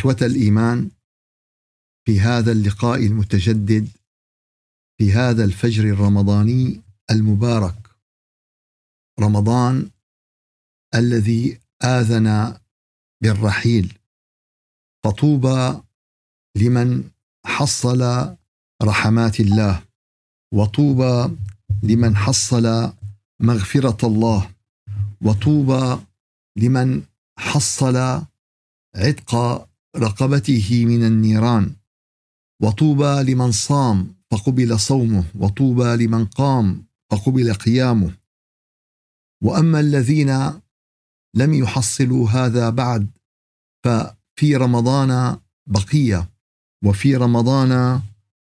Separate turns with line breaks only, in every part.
إخوة الإيمان، في هذا اللقاء المتجدد في هذا الفجر الرمضاني المبارك، رمضان الذي آذن بالرحيل، فطوبى لمن حصل رحمات الله، وطوبى لمن حصل مغفرة الله، وطوبى لمن حصل عتق رقبته من النيران، وطوبى لمن صام فقبل صومه، وطوبى لمن قام فقبل قيامه. وأما الذين لم يحصلوا هذا بعد، ففي رمضان بقية، وفي رمضان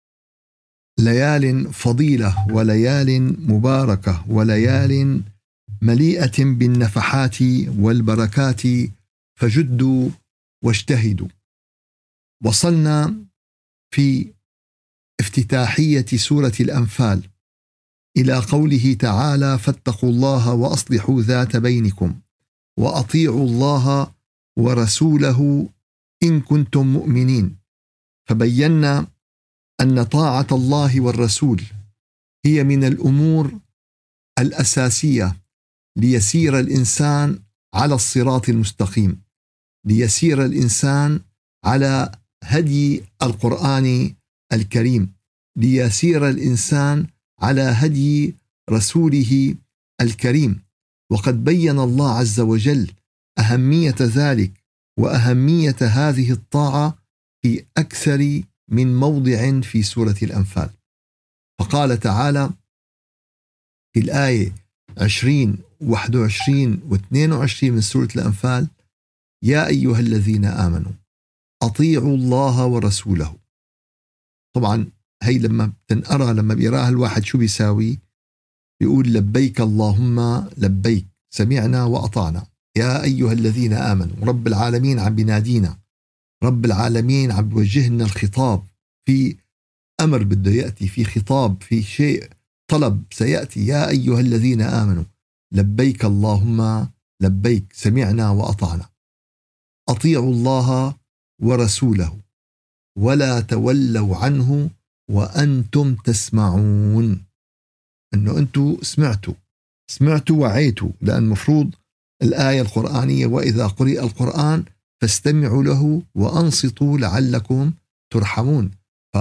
ليال فضيلة وليال مباركة وليال مليئة بالنفحات والبركات، فجدوا واجتهدوا. وصلنا في افتتاحية سورة الأنفال إلى قوله تعالى: فاتقوا الله وأصلحوا ذات بينكم وأطيعوا الله ورسوله إن كنتم مؤمنين. فبينا أن طاعة الله والرسول هي من الأمور الأساسية ليسير الإنسان على الصراط المستقيم، ليسير الإنسان على هدي القرآن الكريم، ليسير الإنسان على هدي رسوله الكريم. وقد بين الله عز وجل أهمية ذلك وأهمية هذه الطاعة في أكثر من موضع في سورة الأنفال. فقال تعالى في الآية 20 21 و22 من سورة الأنفال: يا أيها الذين آمنوا أطيعوا الله ورسوله. طبعا هي لما تنقرأ، لما بيراها الواحد شو بيساوي؟ بيقول لبيك اللهم لبيك، سمعنا وأطعنا. يا أيها الذين آمنوا، رب العالمين عم بينادينا، رب العالمين عم بيوجهنا الخطاب، في أمر بده يأتي، في خطاب، في شيء طلب سيأتي. يا أيها الذين آمنوا لبيك اللهم لبيك، سمعنا وأطعنا. أطيعوا الله ورسوله ولا تولوا عنه وأنتم تسمعون. أنه أنتم سمعتوا وعيتوا، لأن مفروض الآية القرآنية: وإذا قرئ القرآن فاستمعوا له وأنصتوا لعلكم ترحمون.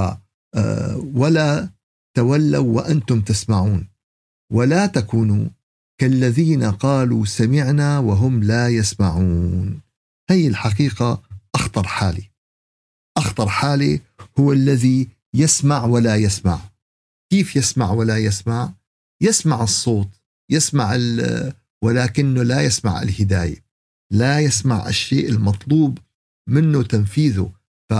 ولا تولوا وأنتم تسمعون ولا تكونوا كالذين قالوا سمعنا وهم لا يسمعون. هي الحقيقة أخطر حالة هو الذي يسمع ولا يسمع. كيف يسمع ولا يسمع؟ يسمع الصوت، يسمع ولكنه لا يسمع الهداية، لا يسمع الشيء المطلوب منه تنفيذه.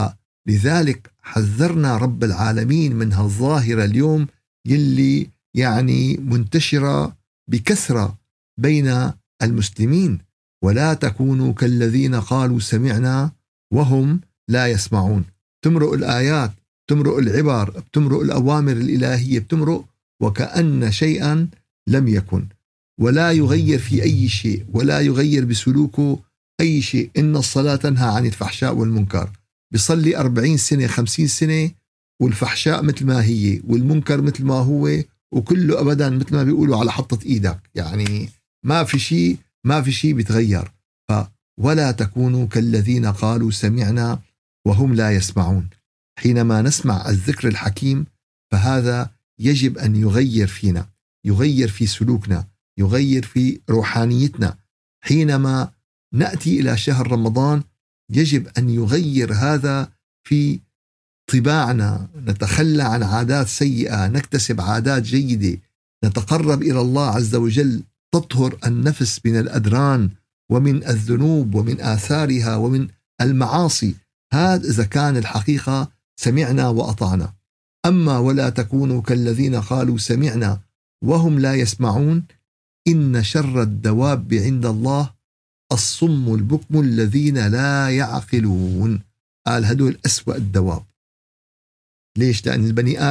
فلذلك حذرنا رب العالمين من هالظاهرة اليوم يلي يعني منتشرة بكثرة بين المسلمين: ولا تكونوا كالذين قالوا سمعنا وهم لا يسمعون. تمرق الآيات، تمرق العبر، بتمرق الأوامر الإلهية، بتمرق وكأن شيئا لم يكن، ولا يغير في أي شيء، ولا يغير بسلوكه أي شيء. إن الصلاة تنهى عن الفحشاء والمنكر. بيصلي 40 سنة 50 سنة والفحشاء مثل ما هي والمنكر مثل ما هو، وكله أبدا مثل ما بيقولوا على حطة إيدك، يعني ما في شيء بيتغير. ولا تكونوا كالذين قالوا سمعنا وهم لا يسمعون. حينما نسمع الذكر الحكيم فهذا يجب أن يغير فينا، يغير في سلوكنا، يغير في روحانيتنا. حينما نأتي إلى شهر رمضان يجب أن يغير هذا في طباعنا، نتخلى عن عادات سيئة، نكتسب عادات جيدة، نتقرب إلى الله عز وجل، تطهر النفس من الأدران ومن الذنوب ومن آثارها ومن المعاصي. هذا إذا كان الحقيقة سمعنا وأطعنا. أما ولا تكونوا كالذين قالوا سمعنا وهم لا يسمعون، إن شر الدواب عند الله الصم البكم الذين لا يعقلون. قال هدول أسوأ الدواب. ليش؟ لأن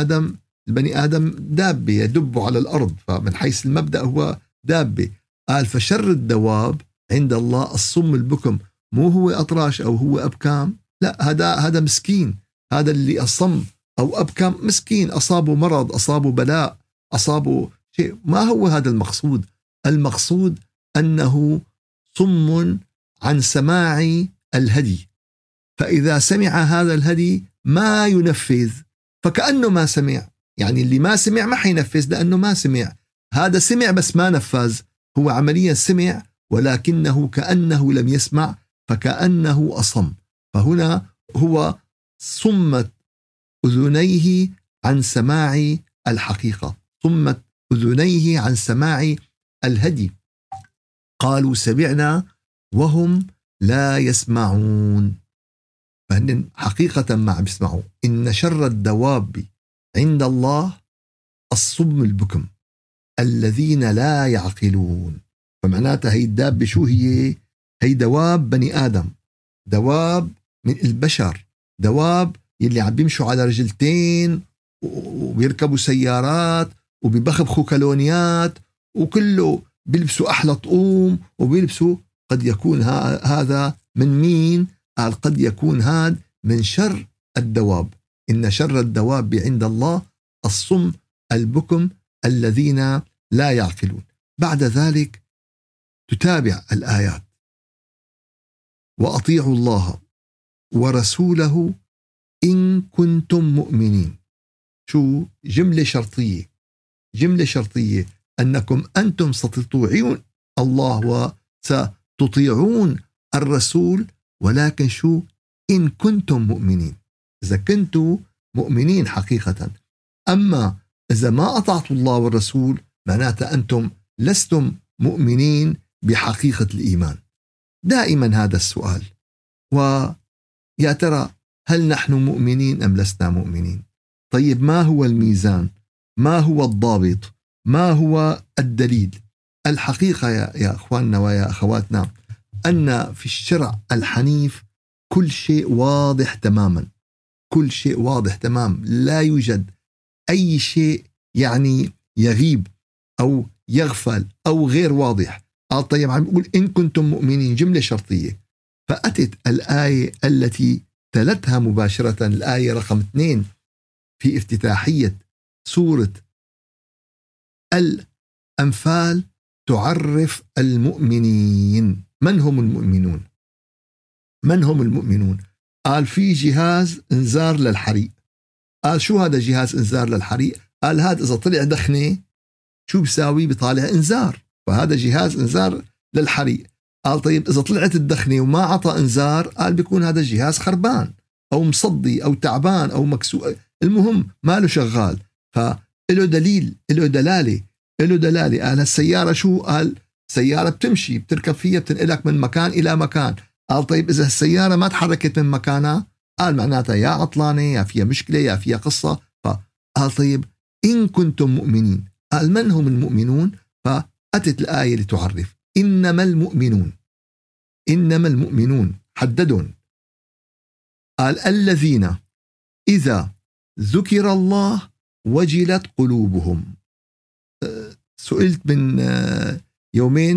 البني آدم دابة يدب على الأرض، فمن حيث المبدأ هو دابة. قال فشر الدواب عند الله الصم البكم، مو هو أطراش أو هو أبكام، لا، هذا مسكين، هذا اللي أصم أو أبكم مسكين، أصابه مرض، أصابه بلاء، أصابه شيء. ما هو هذا المقصود. المقصود أنه صم عن سماع الهدي، فإذا سمع هذا الهدي ما ينفذ فكأنه ما سمع. يعني اللي ما سمع ما حينفذ لأنه ما سمع، هذا سمع بس ما نفذ، هو عمليا سمع ولكنه كأنه لم يسمع فكأنه أصم. فهنا هو صمت أذنيه عن سماع الحقيقة، صمت أذنيه عن سماع الهدي. قالوا سمعنا وهم لا يسمعون، فهن حقيقة ما عم يسمعوا. إن شر الدواب عند الله الصم البكم الذين لا يعقلون. فمعناتها هي الدابة شو هي؟ هي دواب بني آدم، دواب من البشر، دواب يلي عم بيمشوا على رجلتين وبيركبوا سيارات وبيبخبخوا كالونيات وكله بيلبسوا أحلى طقوم وبيلبسوا. قد يكون هذا من مين؟ قال قد يكون هذا من شر الدواب. إن شر الدواب عند الله الصم البكم الذين لا يعقلون. بعد ذلك تتابع الآيات: وأطيعوا الله ورسوله إن كنتم مؤمنين. شو؟ جملة شرطية، جملة شرطية أنكم أنتم ستطيعون الله وستطيعون الرسول، ولكن شو؟ إن كنتم مؤمنين، إذا كنتم مؤمنين حقيقة. أما إذا ما أطعتوا الله والرسول معناته أنتم لستم مؤمنين بحقيقة الإيمان. دائما هذا السؤال، ويا ترى هل نحن مؤمنين أم لسنا مؤمنين؟ طيب ما هو الميزان؟ ما هو الضابط؟ ما هو الدليل؟ الحقيقة يا أخواننا ويا أخواتنا أن في الشرع الحنيف كل شيء واضح تماما، كل شيء واضح تمام، لا يوجد أي شيء يعني يغيب أو يغفل أو غير واضح. طيب عم يقول إن كنتم مؤمنين، جملة شرطية. فأتت الآية التي تلتها مباشرة، الآية رقم 2 في افتتاحية سورة الأنفال، تعرف المؤمنين. من هم المؤمنون؟ من هم المؤمنون؟ قال في جهاز انذار للحريق. قال شو هذا جهاز انذار للحريق؟ قال هذا إذا طلع دخنة شو بيساوي؟ بيطالع انذار، فهذا جهاز انذار للحريق. قال طيب إذا طلعت الدخنة وما عطى انذار، قال بيكون هذا الجهاز خربان أو مصدي أو تعبان أو مكسور، المهم ما له شغال. فإله دليل، إله دلالة، إله دلالة. قال السيارة شو؟ قال سيارة بتمشي، بتركب فيها، بتنقلك من مكان إلى مكان. قال طيب إذا السيارة ما تحركت من مكانها، قال معناتها يا عطلانة يا فيها مشكلة يا فيها قصة. فقال طيب إن كنتم مؤمنين، قال من هم المؤمنون؟ فأتت الآية لتعرف إنما المؤمنون. إنما المؤمنون حددون، قال الذين إذا ذكر الله وجلت قلوبهم. سئلت من يومين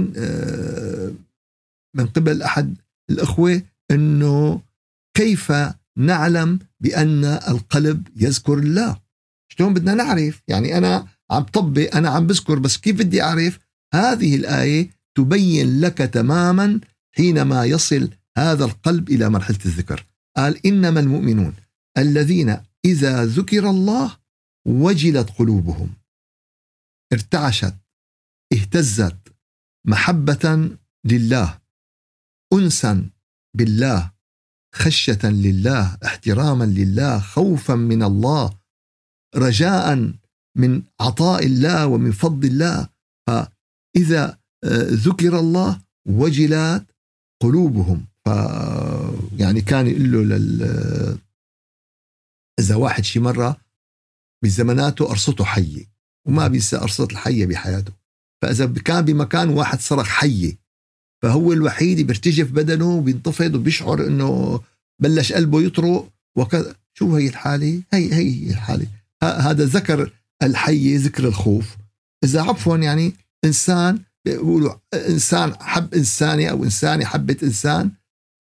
من قبل أحد الأخوة أنه كيف نعلم بأن القلب يذكر الله؟ شلون بدنا نعرف؟ يعني أنا عم طبق، أنا عم بذكر، بس كيف بدي أعرف؟ هذه الآية تبين لك تماما حينما يصل هذا القلب إلى مرحلة الذكر. قال إنما المؤمنون الذين إذا ذكر الله وجلت قلوبهم، ارتعشت، اهتزت، محبة لله، أنسا بالله، خشية لله، احتراما لله، خوفا من الله، رجاء من عطاء الله ومن فضل الله. فإذا ذكر الله وجلت قلوبهم. يعني كان يقول له إذا واحد شي مرة بزماناته أرصته حية وما بينسى أرصة الحية بحياته، فإذا كان بمكان واحد صرخ حية فهو الوحيد بيرتجف بدنه وبينتفض وبيشعر إنه بلش قلبه يطرق وكذا. شو هي الحالة؟ هي الحالة. هذا ذكر الحية، ذكر الخوف. إذا عفوا يعني إنسان بيقولوا إنسان حب إنسانة أو إنسانة حبت إنسان،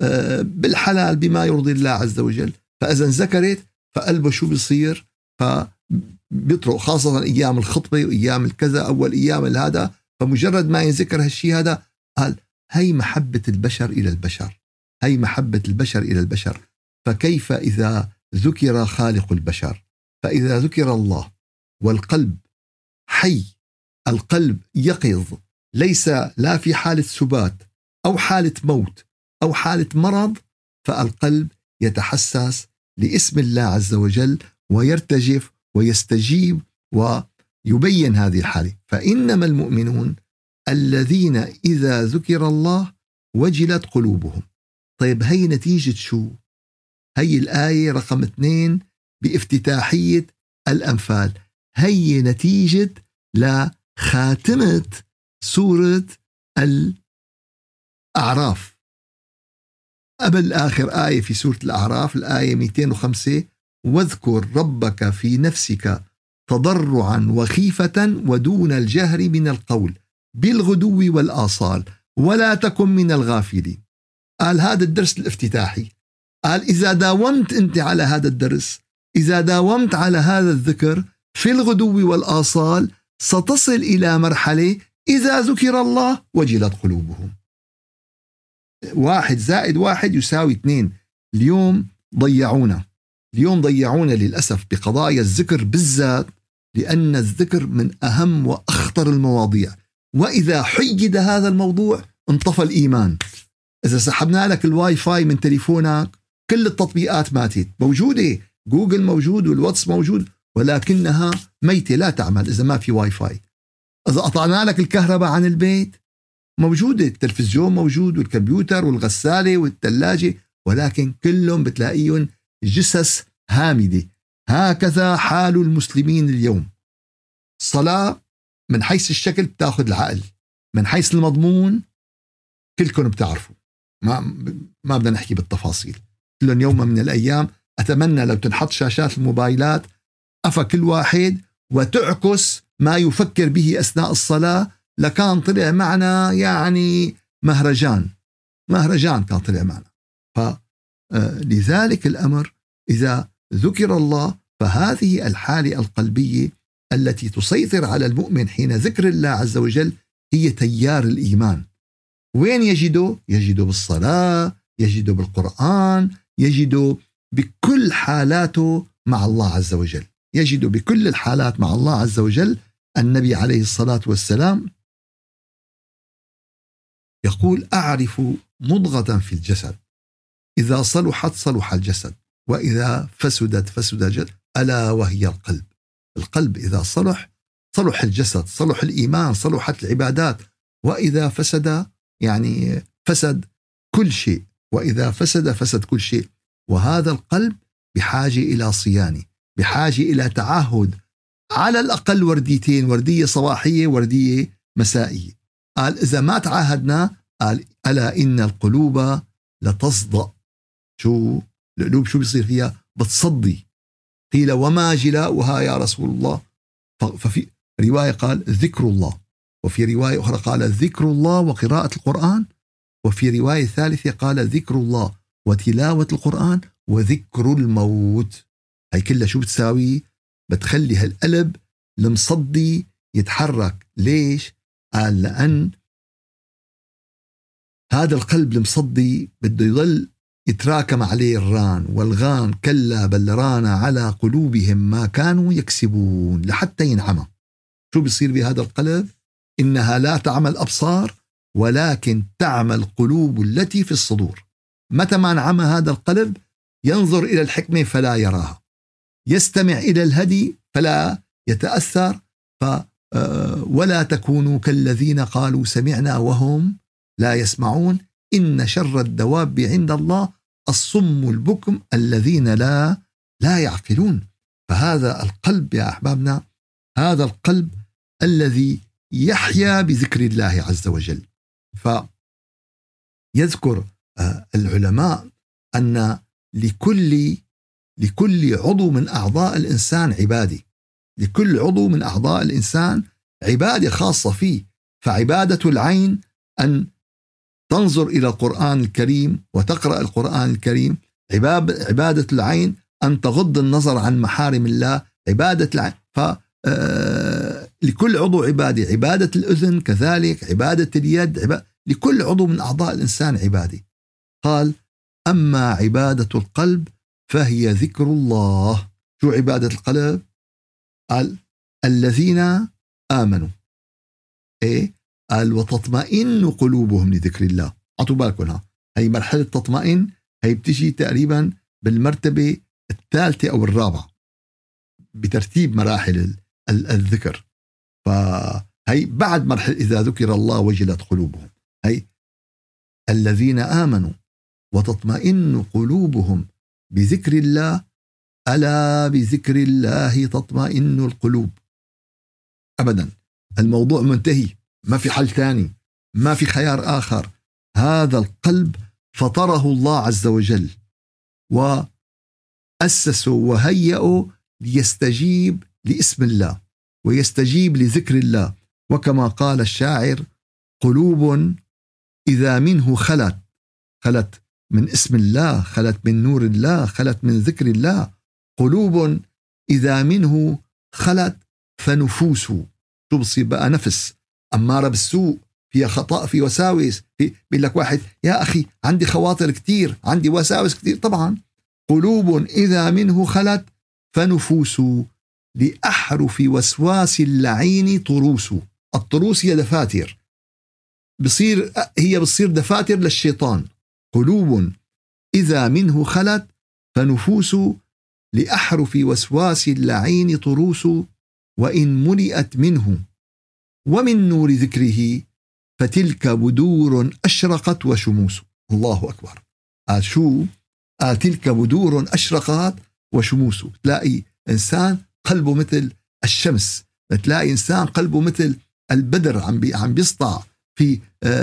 بالحلال بما يرضي الله عز وجل. فإذا ذكرت فقلبه شو بيصير؟ فبيطرق، خاصة أيام الخطبة وأيام الكذا، أول أيام هذا، فمجرد ما ينذكر هالشيء هذا قال هي محبة البشر إلى البشر، هي محبة البشر إلى البشر. فكيف إذا ذكر خالق البشر؟ فإذا ذكر الله والقلب حي، القلب يقظ، ليس لا في حالة سبات أو حالة موت أو حالة مرض، فالقلب يتحسس لاسم الله عز وجل ويرتجف ويستجيب ويبين هذه الحالة. فإنما المؤمنون الذين إذا ذكر الله وجلت قلوبهم. طيب هي نتيجة شو؟ هي الآية رقم 2 بافتتاحية الأنفال، هي نتيجة لخاتمة سورة الأعراف. قبل آخر آية في سورة الأعراف الآية 205: واذكر ربك في نفسك تضرعا وخيفة ودون الجهر من القول بالغدو والآصال ولا تكن من الغافلين. قال هذا الدرس الافتتاحي، قال إذا داومت أنت على هذا الدرس، إذا داومت على هذا الذكر في الغدو والآصال، ستصل إلى مرحلة إذا ذكر الله وجلت قلوبهم. 1 زائد 1 يساوي 2. اليوم ضيعونا للأسف بقضايا الذكر بالذات، لأن الذكر من أهم وأخطر المواضيع. وإذا حيد هذا الموضوع انطفى الإيمان. إذا سحبنا لك الواي فاي من تليفونك كل التطبيقات ماتت، موجودة، جوجل موجود والواتس موجود، ولكنها ميتة لا تعمل إذا ما في واي فاي. إذا قطعنا لك الكهرباء عن البيت موجودة، التلفزيون موجود والكمبيوتر والغسالة والثلاجة، ولكن كلهم بتلاقيهم جثث هامدة. هكذا حال المسلمين اليوم. صلاة من حيث الشكل بتاخذ العقل، من حيث المضمون كلكم بتعرفوا، ما بدنا نحكي بالتفاصيل. كلهم يوم من الأيام أتمنى لو تنحط شاشات الموبايلات أفا كل واحد وتعكس ما يفكر به أثناء الصلاة، لكان طلع معنا يعني مهرجان كان طلع معنا. فلذلك الأمر إذا ذكر الله، فهذه الحالة القلبية التي تسيطر على المؤمن حين ذكر الله عز وجل هي تيار الإيمان. وين يجده؟ يجده بالصلاة، يجده بالقرآن، يجده بكل حالاته مع الله عز وجل، يجده بكل الحالات مع الله عز وجل. النبي عليه الصلاة والسلام يقول: أعرف مضغة في الجسد إذا صلحت صلح الجسد وإذا فسدت فسد الجسد ألا وهي القلب. القلب إذا صلح الجسد، صلح الإيمان، صلحت العبادات، وإذا فسد يعني فسد كل شيء، وإذا فسد كل شيء. وهذا القلب بحاجة إلى صيانة، بحاجة إلى تعهد، على الأقل ورديتين، وردية صباحية وردية مسائية. قال إذا ما تعاهدنا، قال ألا إن القلوب لتصدأ. شو القلوب شو بيصير فيها؟ بتصدي. قيل وما جلاؤها يا رسول الله؟ ففي رواية قال ذكر الله، وفي رواية أخرى قال ذكر الله وقراءة القرآن، وفي رواية ثالثة قال ذكر الله وتلاوة القرآن وذكر الموت. هي كلها شو بتساوي؟ بتخلي هالقلب المصدي يتحرك. ليش؟ قال لأن هذا القلب المصدي بده يضل يتراكم عليه الران والغان، كلا بل ران على قلوبهم ما كانوا يكسبون، لحتى ينعمى. شو بيصير بهذا القلب؟ إنها لا تعمى الأبصار ولكن تعمى القلوب التي في الصدور. متى ما انعمى هذا القلب ينظر إلى الحكمة فلا يراها، يستمع إلى الهدي فلا يتأثر. ولا تكونوا كالذين قالوا سمعنا وهم لا يسمعون إن شر الدواب عند الله الصم البكم الذين لا يعقلون. فهذا القلب يا أحبابنا، هذا القلب الذي يحيا بذكر الله عز وجل. فيذكر العلماء أن لكل عضو من أعضاء الإنسان عبادة، لكل عضو من أعضاء الإنسان عبادة خاصة فيه. فعبادة العين أن تنظر إلى القرآن الكريم وتقرأ القرآن الكريم. عبادة العين أن تغض النظر عن محارم الله، عبادة العين. لكل عضو عبادة، عبادة الأذن كذلك، عبادة اليد، لكل عضو من أعضاء الإنسان عبادة. قال أما عبادة القلب فهي ذكر الله. شو عبادة القلب؟ قال الذين آمنوا. إيه؟ قال وتطمئن قلوبهم لذكر الله. عطوا بالكم، هي مرحلة تطمئن، هي بتجي تقريبا بالمرتبة الثالثة أو الرابعة بترتيب مراحل الذكر. فهي بعد مرحلة إذا ذكر الله وجلت قلوبهم. هي الذين آمنوا وتطمئن قلوبهم بذكر الله، ألا بذكر الله تطمئن القلوب. أبدا، الموضوع منتهي، ما في حل ثاني، ما في خيار آخر. هذا القلب فطره الله عز وجل وأسسه وهيئه ليستجيب لاسم الله ويستجيب لذكر الله. وكما قال الشاعر قلوب إذا منه خلت من اسم الله، خلت من نور الله، خلت من ذكر الله. قلوب إذا منه خلت فنفوس. شو بصير بقى؟ نفس أمارة بالسوء، فيها خطأ، في وساوس، بيقول لك واحد يا أخي عندي خواطر كتير، عندي وساوس كتير. طبعا قلوب إذا منه خلت فنفوس لأحرف وسواس اللعين طروس. الطروس هي دفاتر، بصير دفاتر للشيطان. قلوب إذا منه خلت فنفوس لأحرف وسواس اللعين طروس، وإن ملئت منه ومن نور ذكره فتلك بدور أشرقت وشموس. الله أكبر. شو؟ تلك بدور أشرقت وشموس. تلاقي إنسان قلبه مثل الشمس، تلاقي إنسان قلبه مثل البدر عم بيسطع في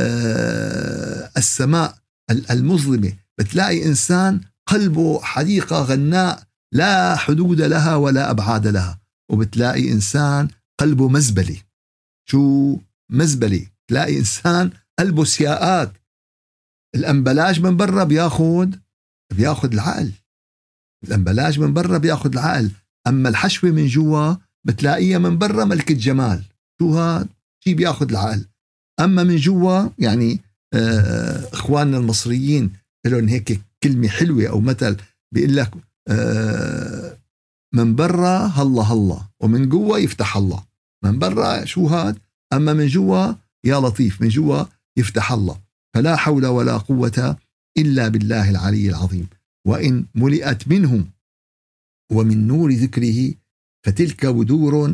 السماء المظلمة. بتلاقي إنسان قلبه حديقة غناء لا حدود لها ولا أبعاد لها. وبتلاقي إنسان قلبه مزبلة. شو مزبلة؟ تلاقي إنسان قلبه سياءات. الأنبلاج من برا بياخد العقل، الأنبلاج من برا بياخد العقل، أما الحشوة من جوا بتلاقيها من برا ملكة جمال. شو هاد؟ شي بياخد العقل. أما من جوا يعني إخواننا المصريين لهم هيك كلمة حلوة أو مثل بيقول لك من برا هلا ومن جوا يفتح الله. من برا شو هاد؟ أما من جوا يا لطيف، من جوا يفتح الله. فلا حول ولا قوة إلا بالله العلي العظيم. وإن ملئت منه ومن نور ذكره فتلك بدور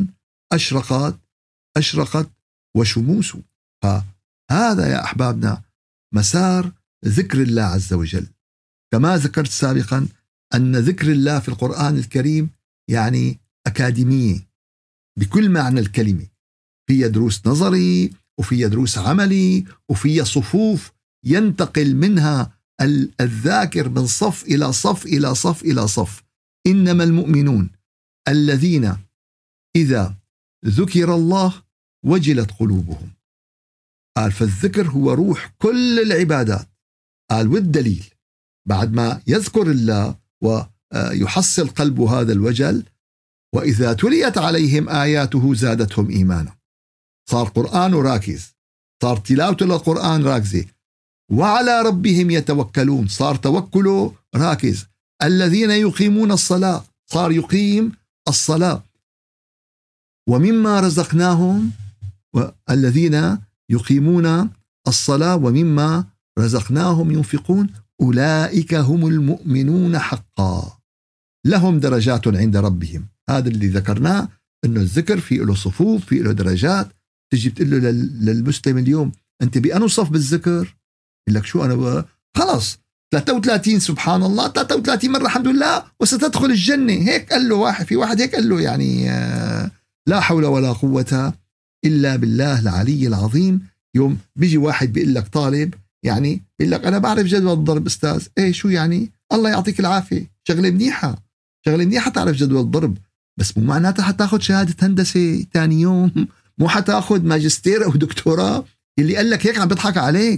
أشرقت وشموس. فهذا يا أحبابنا مسار ذكر الله عز وجل. كما ذكرت سابقا أن ذكر الله في القرآن الكريم يعني أكاديمية بكل معنى الكلمة، فيها دروس نظري وفيها دروس عملي وفيها صفوف ينتقل منها الذاكر من صف إلى صف إلى صف إلى صف. إنما المؤمنون الذين إذا ذكر الله وجلت قلوبهم. قال فالذكر هو روح كل العبادات. قال والدليل بعد ما يذكر الله ويحصل قلبه هذا الوجل، وإذا تليت عليهم آياته زادتهم إيمانا. صار قرآنه راكز، صار تلاوته للقرآن راكزة. وعلى ربهم يتوكلون، صار توكله راكز. الذين يقيمون الصلاة، صار يقيم الصلاة. ومما رزقناهم، الذين يقيمون الصلاة ومما رزقناهم ينفقون أولئك هم المؤمنون حقا لهم درجات عند ربهم. هذا اللي ذكرناه، أنه الذكر في له صفوف، في له درجات. تجي بتقول له للمسلم اليوم أنت بأنو صف بالذكر؟ يقول لك شو أنا خلص 33 سبحان الله 33 مرة الحمد لله وستدخل الجنة. هيك قال له واحد، في واحد هيك قال له يعني لا حول ولا قوة إلا بالله العلي العظيم. يوم بيجي واحد بيقول لك طالب، يعني بيقول لك أنا بعرف جدول الضرب أستاذ. إيه شو يعني؟ الله يعطيك العافية، شغلة منيحة تعرف جدول الضرب، بس مو معناتها حتاخد شهادة هندسة تاني يوم، مو حتاخد ماجستير أو دكتوراه. اللي قال لك هيك عم بيضحك عليك.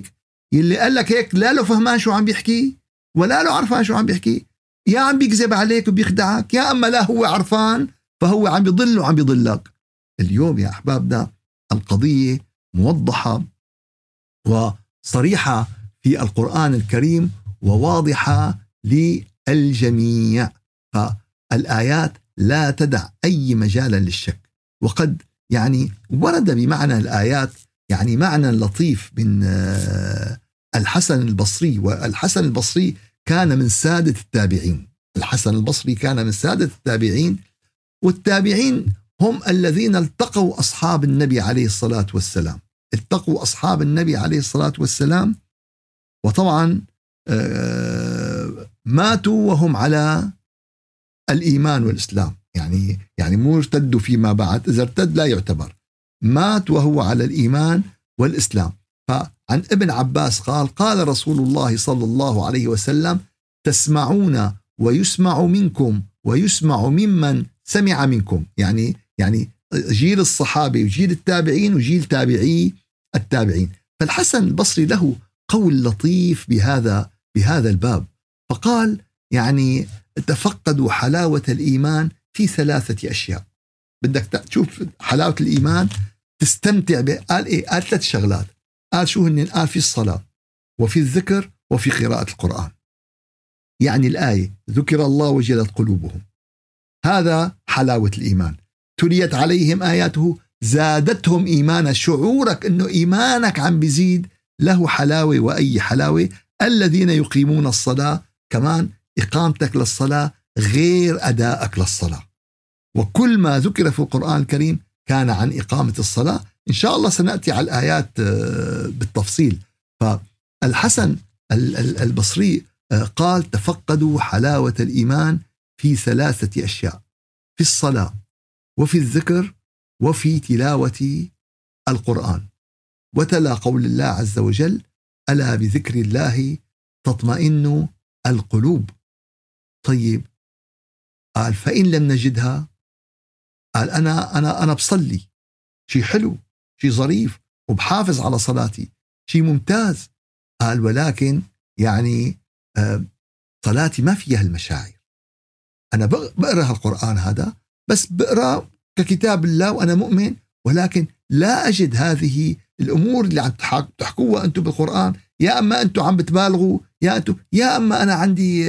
يلي قال لك هيك لا له فهمان شو عم بيحكي ولا له عرفان شو عم بيحكي، يا عم بيكذب عليك وبيخدعك، يا أما لا هو عرفان فهو عم بيضل وعم بيضلك. اليوم يا أحبابنا القضية موضحة وصريحة في القرآن الكريم وواضحة للجميع، فالآيات لا تدع أي مجال للشك. وقد يعني ورد بمعنى الآيات يعني معنى لطيف من الحسن البصري، والحسن البصري كان من سادة التابعين. الحسن البصري كان من سادة التابعين، والتابعين هم الذين التقوا أصحاب النبي عليه الصلاة والسلام، التقوا أصحاب النبي عليه الصلاة والسلام، وطبعا ماتوا وهم على الإيمان والإسلام، يعني مو ارتدوا فيما بعد، إذا ارتد لا يعتبر، مات وهو على الإيمان والإسلام. فعن ابن عباس قال رسول الله صلى الله عليه وسلم: تسمعون ويسمع منكم ويسمع ممن سمع منكم، يعني جيل الصحابة وجيل التابعين وجيل تابعي التابعين. فالحسن البصري له قول لطيف بهذا الباب، فقال يعني تفقدوا حلاوة الإيمان في 3 أشياء. بدك تشوف حلاوة الإيمان تستمتع قال إيه؟ قال 3 شغلات. قال شو هن؟ قال في الصلاة وفي الذكر وفي قراءة القرآن. يعني الآية ذكر الله وجلت قلوبهم، هذا حلاوة الإيمان. تليت عليهم آياته زادتهم إيمانا، شعورك أنه إيمانك عم بيزيد له حلاوة، وأي حلاوة. الذين يقيمون الصلاة، كمان إقامتك للصلاة غير أدائك للصلاة، وكل ما ذكر في القرآن الكريم كان عن إقامة الصلاة. إن شاء الله سنأتي على الآيات بالتفصيل. فالحسن البصري قال تفقدوا حلاوة الإيمان في 3 أشياء: في الصلاة وفي الذكر وفي تلاوة القرآن. وتلا قول الله عز وجل: ألا بذكر الله تطمئن القلوب. طيب، قال فإن لم نجدها، قال أنا بصلي، شيء حلو، شيء ظريف، وبحافظ على صلاتي، شيء ممتاز. قال ولكن يعني صلاتي ما فيها المشاعر. أنا بقرأ القرآن هذا، بس بقرأ ككتاب الله وأنا مؤمن، ولكن لا أجد هذه الأمور اللي عم تحكوها أنتم بالقرآن. يا أما أنتم عم بتبالغوا، يا أما أنا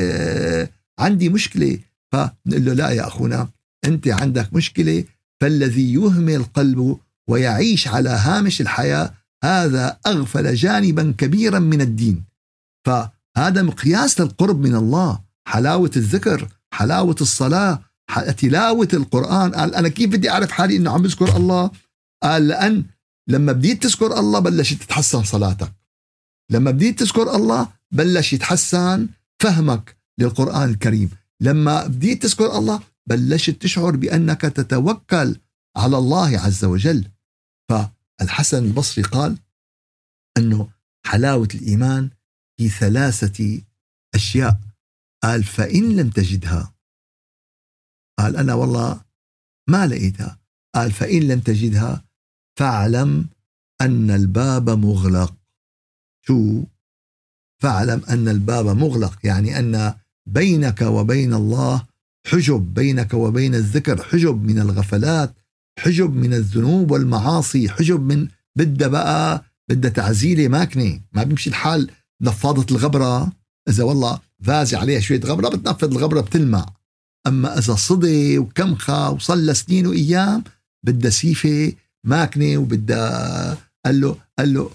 عندي مشكلة. فنقول له لا يا أخونا، أنت عندك مشكلة. فالذي يهمل قلبه ويعيش على هامش الحياة هذا أغفل جانبا كبيرا من الدين. فهذا مقياس للقرب من الله، حلاوة الذكر، حلاوة الصلاة، تلاوة القرآن. قال أنا كيف بدي أعرف حالي إنه عم بذكر الله؟ قال لأن لما بديت تذكر الله بلش تتحسن صلاتك، لما بديت تذكر الله بلش يتحسن فهمك للقرآن الكريم، لما بديت تذكر الله بلشت تشعر بأنك تتوكل على الله عز وجل. فالحسن البصري قال أنه حلاوة الإيمان في 3 أشياء. قال فإن لم تجدها، قال أنا والله ما لقيتها. قال فإن لم تجدها فاعلم أن الباب مغلق. شو؟ فاعلم أن الباب مغلق، يعني أن بينك وبين الله حجب، بينك وبين الذكر حجب من الغفلات، حجب من الذنوب والمعاصي، حجب من بدها تعزيلة ماكنة. ما بيمشي الحال نفاضة الغبرة، إذا والله فازي عليها شوية غبرة بتنفض الغبرة بتلمع، أما إذا صدي وكمخة وصلى سنين وأيام بدها سيفة ماكنة وبدها قال له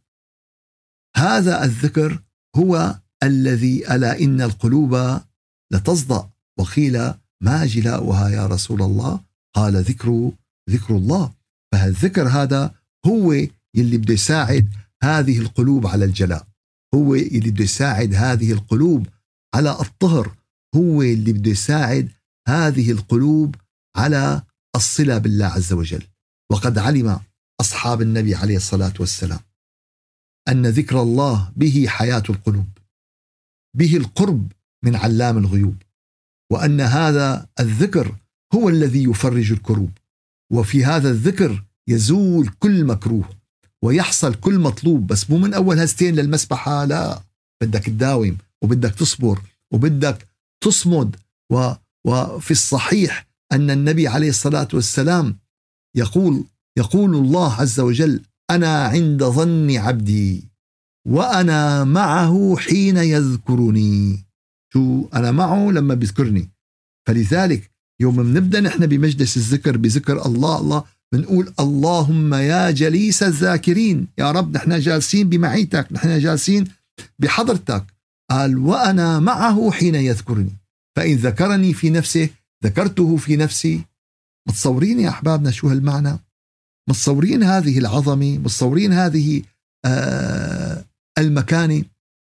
فهذا الذكر هو الذي ألا إن القلوب لتصدأ. وقيل ما جلاؤها يا رسول الله؟ قال ذكر الله. فهالذكر هذا هو يلي بده يساعد هذه القلوب على الجلاء، هو اللي بده يساعد هذه القلوب على الطهر، هو اللي بده يساعد هذه القلوب على الصلة بالله عز وجل. وقد علم أصحاب النبي عليه الصلاة والسلام أن ذكر الله به حياة القلوب، به القرب من علام الغيوب، وأن هذا الذكر هو الذي يفرج الكروب، وفي هذا الذكر يزول كل مكروه، ويحصل كل مطلوب، بس مو من أول هزتين للمسبحة، لا، بدك تداوم وبدك تصبر وبدك تصمد. وفي الصحيح أن النبي عليه الصلاة والسلام يقول الله عز وجل: أنا عند ظن عبدي وأنا معه حين يذكرني. شو أنا معه؟ لما بيذكرني. فلذلك يوم بنبدأ نحن بمجلس الذكر بذكر الله بنقول: اللهم يا جليس الذاكرين، يا رب نحن جالسين بمعيتك، نحن جالسين بحضرتك. قال: وأنا معه حين يذكرني، فإن ذكرني في نفسه ذكرته في نفسي. متصورين يا أحبابنا شو هالمعنى؟ متصورين هذه العظمة؟ متصورين هذه المكانة؟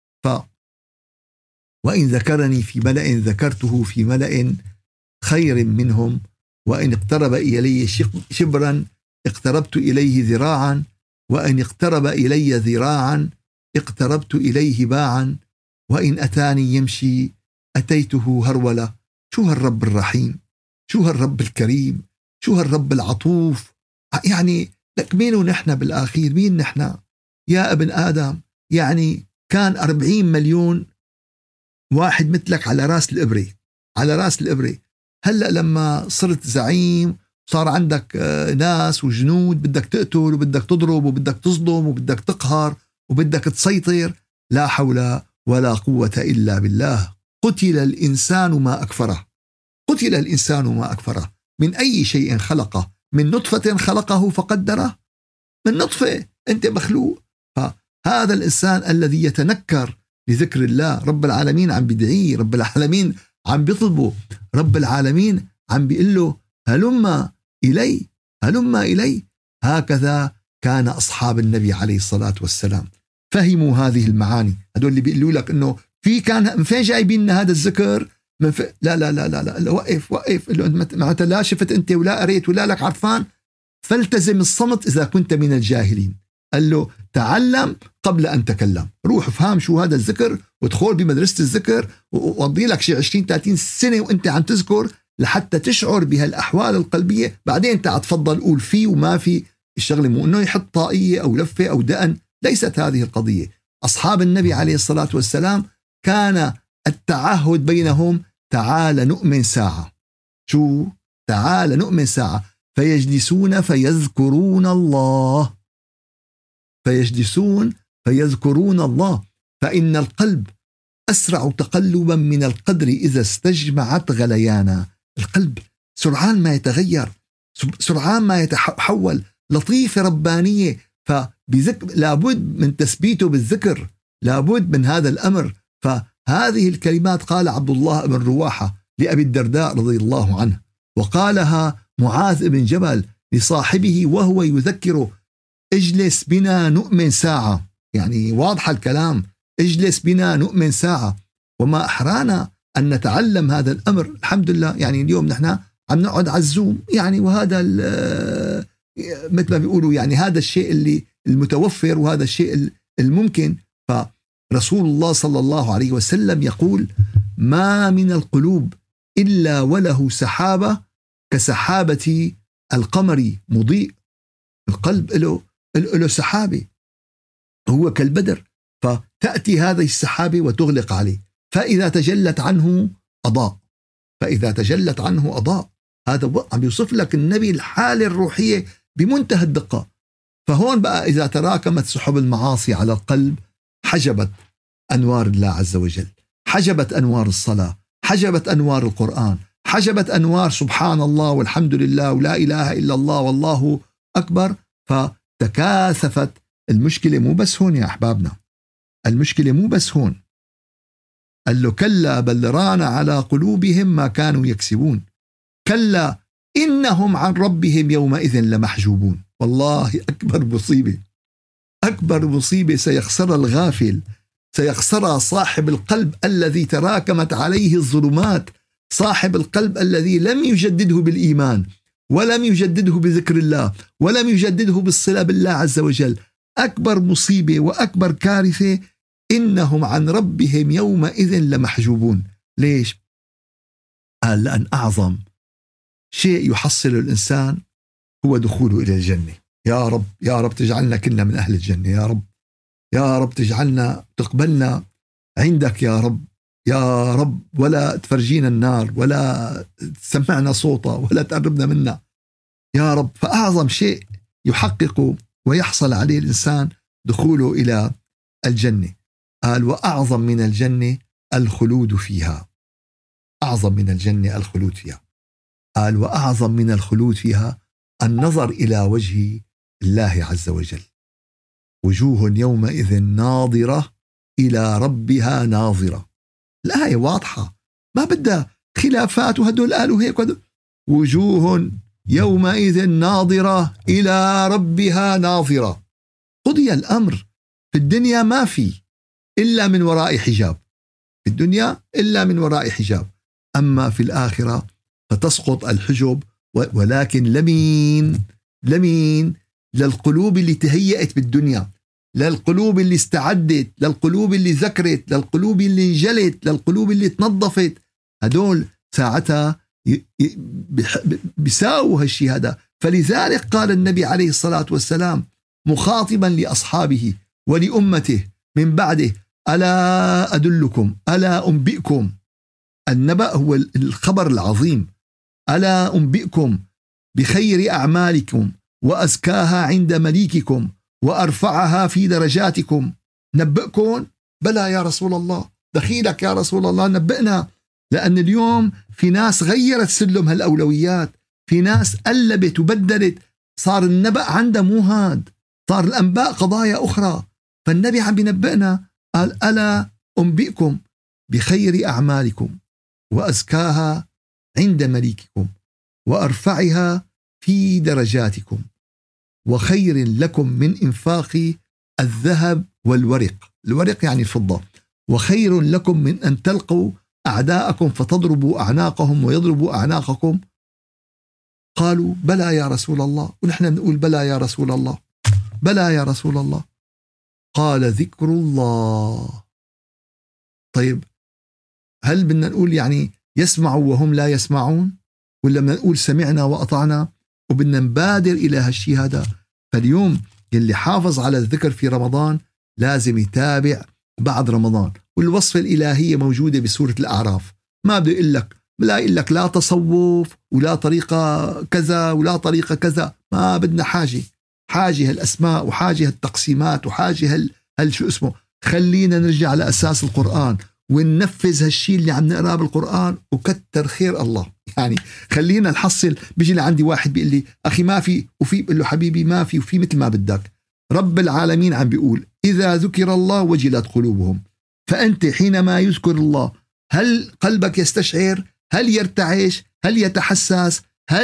وإن ذكرني في ملأ ذكرته في ملأ خير منهم، وإن اقترب إلي شبرا اقتربت إليه ذراعا، وإن اقترب إلي ذراعا اقتربت إليه باعا، وإن أتاني يمشي أتيته هرولة. شو هالرب الرحيم، شو هالرب الكريم، شو هالرب العطوف. يعني لك مين نحن بالآخير؟ مين نحن يا ابن آدم؟ يعني كان 40 مليون واحد مثلك على راس الإبرة، على راس الإبرة. هلأ لما صرت زعيم صار عندك ناس وجنود بدك تقتل وبدك تضرب وبدك تصدم وبدك تقهر وبدك تسيطر. لا حول ولا قوة إلا بالله. قتل الإنسان ما أكفره، قتل الإنسان ما أكفره. من أي شيء خلقه؟ من نطفة خلقه فقدره. من نطفة أنت مخلوق. فهذا الإنسان الذي يتنكر لذكر الله، رب العالمين عم بدعيه، رب العالمين عم بيطلبه، رب العالمين عم بيقول له: هلما إلي، هلما إلي. هكذا كان أصحاب النبي عليه الصلاة والسلام، فهموا هذه المعاني. هدول اللي بيقولوا لك إنه في كان من فين جايبين لنا هذا الذكر؟ لا لا لا لا لا، وقف وقف. معناتها لا شفت أنت ولا قريت ولا لك عرفان، فالتزم الصمت إذا كنت من الجاهلين. قال له: تعلم قبل أن تكلم، روح فهم شو هذا الذكر وادخل بمدرسة الذكر وقضي لك شي 20-30 سنة وانت عم تذكر لحتى تشعر بهالأحوال القلبية. بعدين تعال تفضل قول في وما في. الشغلة مو انه يحط طاقية او لفة او دقن، ليست هذه القضية. أصحاب النبي عليه الصلاة والسلام كان التعهد بينهم: تعال نؤمن ساعة. شو؟ تعال نؤمن ساعة. فيجلسون فيذكرون الله، فيجلسون فيذكرون الله. فإن القلب أسرع تقلبا من القدر إذا استجمعت غليانا. القلب سرعان ما يتغير، سرعان ما يتحول، لطيفة ربانية. لابد من تثبيته بالذكر، لابد من هذا الأمر. فهذه الكلمات قال عبد الله بن رواحة لأبي الدرداء رضي الله عنه، وقالها معاذ بن جبل لصاحبه وهو يذكره: اجلس بنا نؤمن ساعة. يعني واضح الكلام، اجلس بنا نؤمن ساعة. وما أحرانا أن نتعلم هذا الأمر. الحمد لله يعني اليوم نحن عم نقعد على الزوم، يعني وهذا مثل ما بيقولوا يعني هذا الشيء اللي المتوفر وهذا الشيء الممكن. فرسول الله صلى الله عليه وسلم يقول: ما من القلوب إلا وله سحابة كسحابة القمر مضيء. القلب له سحابة، هو كالبدر، فتأتي هذه السحابة وتغلق عليه، فإذا تجلت عنه أضاء، فإذا تجلت عنه أضاء. هذا عم يوصف لك النبي الحالة الروحية بمنتهى الدقة. فهون بقى إذا تراكمت سحب المعاصي على القلب حجبت أنوار الله عز وجل، حجبت أنوار الصلاة، حجبت أنوار القرآن، حجبت أنوار سبحان الله والحمد لله ولا إله إلا الله والله أكبر. فتكاثفت المشكلة. مو بس هون يا أحبابنا، المشكلة مو بس هون. قال له: كلا بل ران على قلوبهم ما كانوا يكسبون، كلا إنهم عن ربهم يومئذ لمحجوبون. والله أكبر مصيبة، أكبر مصيبة سيخسر الغافل، سيخسر صاحب القلب الذي تراكمت عليه الظلمات، صاحب القلب الذي لم يجدده بالإيمان ولم يجدده بذكر الله ولم يجدده بالصلة بالله عز وجل. أكبر مصيبة وأكبر كارثة: إنهم عن ربهم يومئذ لمحجوبون. ليش؟ قال: لأن أعظم شيء يحصل الإنسان هو دخوله إلى الجنة. يا رب يا رب تجعلنا كلنا من أهل الجنة، يا رب يا رب تجعلنا تقبلنا عندك يا رب، يا رب ولا تفرجينا النار ولا تسمعنا صوتها ولا تقربنا منا يا رب. فأعظم شيء يحقق ويحصل عليه الإنسان دخوله إلى الجنة. قال وأعظم من الجنة الخلود فيها، أعظم من الجنة الخلود فيها. قال وأعظم من الخلود فيها النظر إلى وجه الله عز وجل، وجوه يومئذ ناظرة إلى ربها ناظرة. الآية واضحة ما بدها خلافات، وهدول قالوا هيك وجوه يومئذ ناظرة إلى ربها ناظرة. قضي الأمر. في الدنيا ما في إلا من وراء حجاب، في الدنيا إلا من وراء حجاب، أما في الآخرة فتسقط الحجب، ولكن لمين للقلوب اللي تهيأت بالدنيا، للقلوب اللي استعدت، للقلوب اللي ذكرت، للقلوب اللي انجلت، للقلوب اللي تنظفت. هدول ساعتها بيساووا هالشي هذا. فلذلك قال النبي عليه الصلاة والسلام مخاطبا لأصحابه ولأمته من بعده ألا أدلكم ألا أنبئكم. النبأ هو الخبر العظيم. ألا أنبئكم بخير أعمالكم وأزكاها عند مليككم وأرفعها في درجاتكم. نبئكم؟ بلى يا رسول الله، دخيلك يا رسول الله نبئنا. لأن اليوم في ناس غيرت سلم هالأولويات، في ناس قلبت وبدلت، صار النبأ عنده مو هاد، صار الأنباء قضايا أخرى. فالنبي عم بينبئنا قال ألا أنبئكم بخير أعمالكم وأزكاها عند مليككم وأرفعها في درجاتكم وخير لكم من إنفاق الذهب والورق. الورق يعني الفضة. وخير لكم من أن تلقوا أعداءكم فتضربوا أعناقهم ويضربوا أعناقكم. قالوا بلى يا رسول الله، ونحن نقول بلى يا رسول الله، بلى يا رسول الله. قال ذكر الله. طيب هل بدنا نقول يعني يسمعوا وهم لا يسمعون، ولا بدنا نقول سمعنا وأطعنا وبدنا نبادر إلى هالشي هذا؟ فاليوم اللي حافظ على الذكر في رمضان لازم يتابع بعد رمضان. والوصفة الإلهية موجودة بسورة الأعراف. ما بده يقول لك لا تصوف ولا طريقة كذا ولا طريقة كذا. ما بدنا حاجة هالأسماء وحاجة هالتقسيمات وحاجة شو اسمه. خلينا نرجع لأساس القرآن وننفذ هالشي اللي عم نقرأ بالقرآن، وكتر خير الله. يعني خلينا نحصل. بيجي لعندي واحد بيقول لي أخي ما في، وفي بقول له حبيبي ما في وفي مثل ما بدك. رب العالمين عم بيقول إذا ذكر الله وجلت قلوبهم. فأنت حينما يذكر الله هل قلبك يستشعر؟ هل يرتعش؟ هل يتحسس؟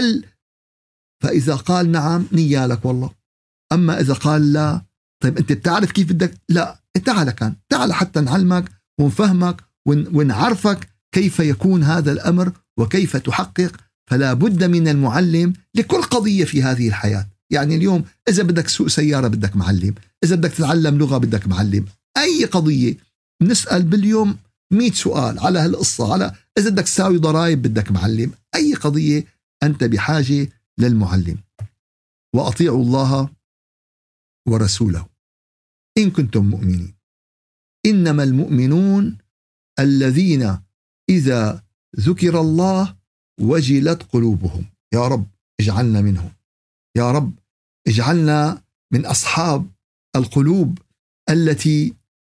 فإذا قال نعم نيالك والله. أما إذا قال لا، طيب أنت بتعرف كيف بدك؟ لا، تعال حتى نعلمك ونفهمك ونعرفك كيف يكون هذا الأمر وكيف تحقق. فلا بد من المعلم لكل قضية في هذه الحياة. يعني اليوم إذا بدك تسوق سيارة بدك معلم، إذا بدك تتعلم لغة بدك معلم. أي قضية نسأل باليوم 100 سؤال على هالقصة، على إذا بدك تساوي ضرائب بدك معلم. أي قضية أنت بحاجة للمعلم. وأطيعوا الله ورسوله إن كنتم مؤمنين، إنما المؤمنون الذين إذا ذكر الله وجلت قلوبهم. يا رب اجعلنا منهم، يا رب اجعلنا من أصحاب القلوب التي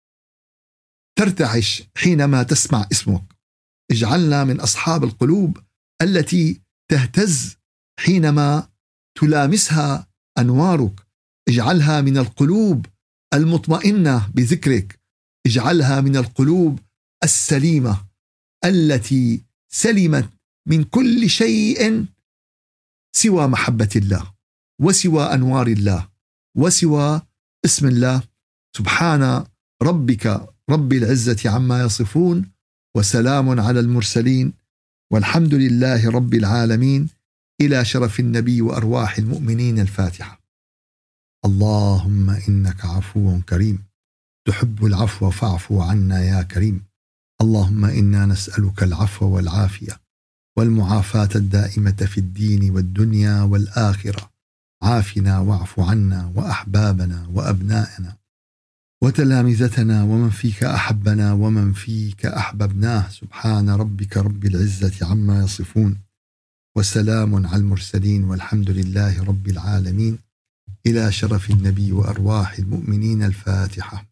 ترتعش حينما تسمع اسمك. اجعلنا من أصحاب القلوب التي تهتز حينما تلامسها أنوارك. اجعلها من القلوب المطمئنة بذكرك. اجعلها من القلوب السليمة التي سلمت من كل شيء سوى محبة الله وسوى أنوار الله وسوى اسم الله. سبحان ربك رب العزة عما يصفون، وسلام على المرسلين، والحمد لله رب العالمين. إلى شرف النبي وأرواح المؤمنين. الفاتحة. اللهم إنك عفو كريم تحب العفو فاعف عنا يا كريم. اللهم إنا نسألك العفو والعافية والمعافاة الدائمة في الدين والدنيا والآخرة. عافنا واعف عنا وأحبابنا وأبنائنا وتلامذتنا ومن فيك أحبنا ومن فيك أحببناه. سبحان ربك رب العزة عما يصفون وسلام على المرسلين والحمد لله رب العالمين. إلى شرف النبي وأرواح المؤمنين. الفاتحة.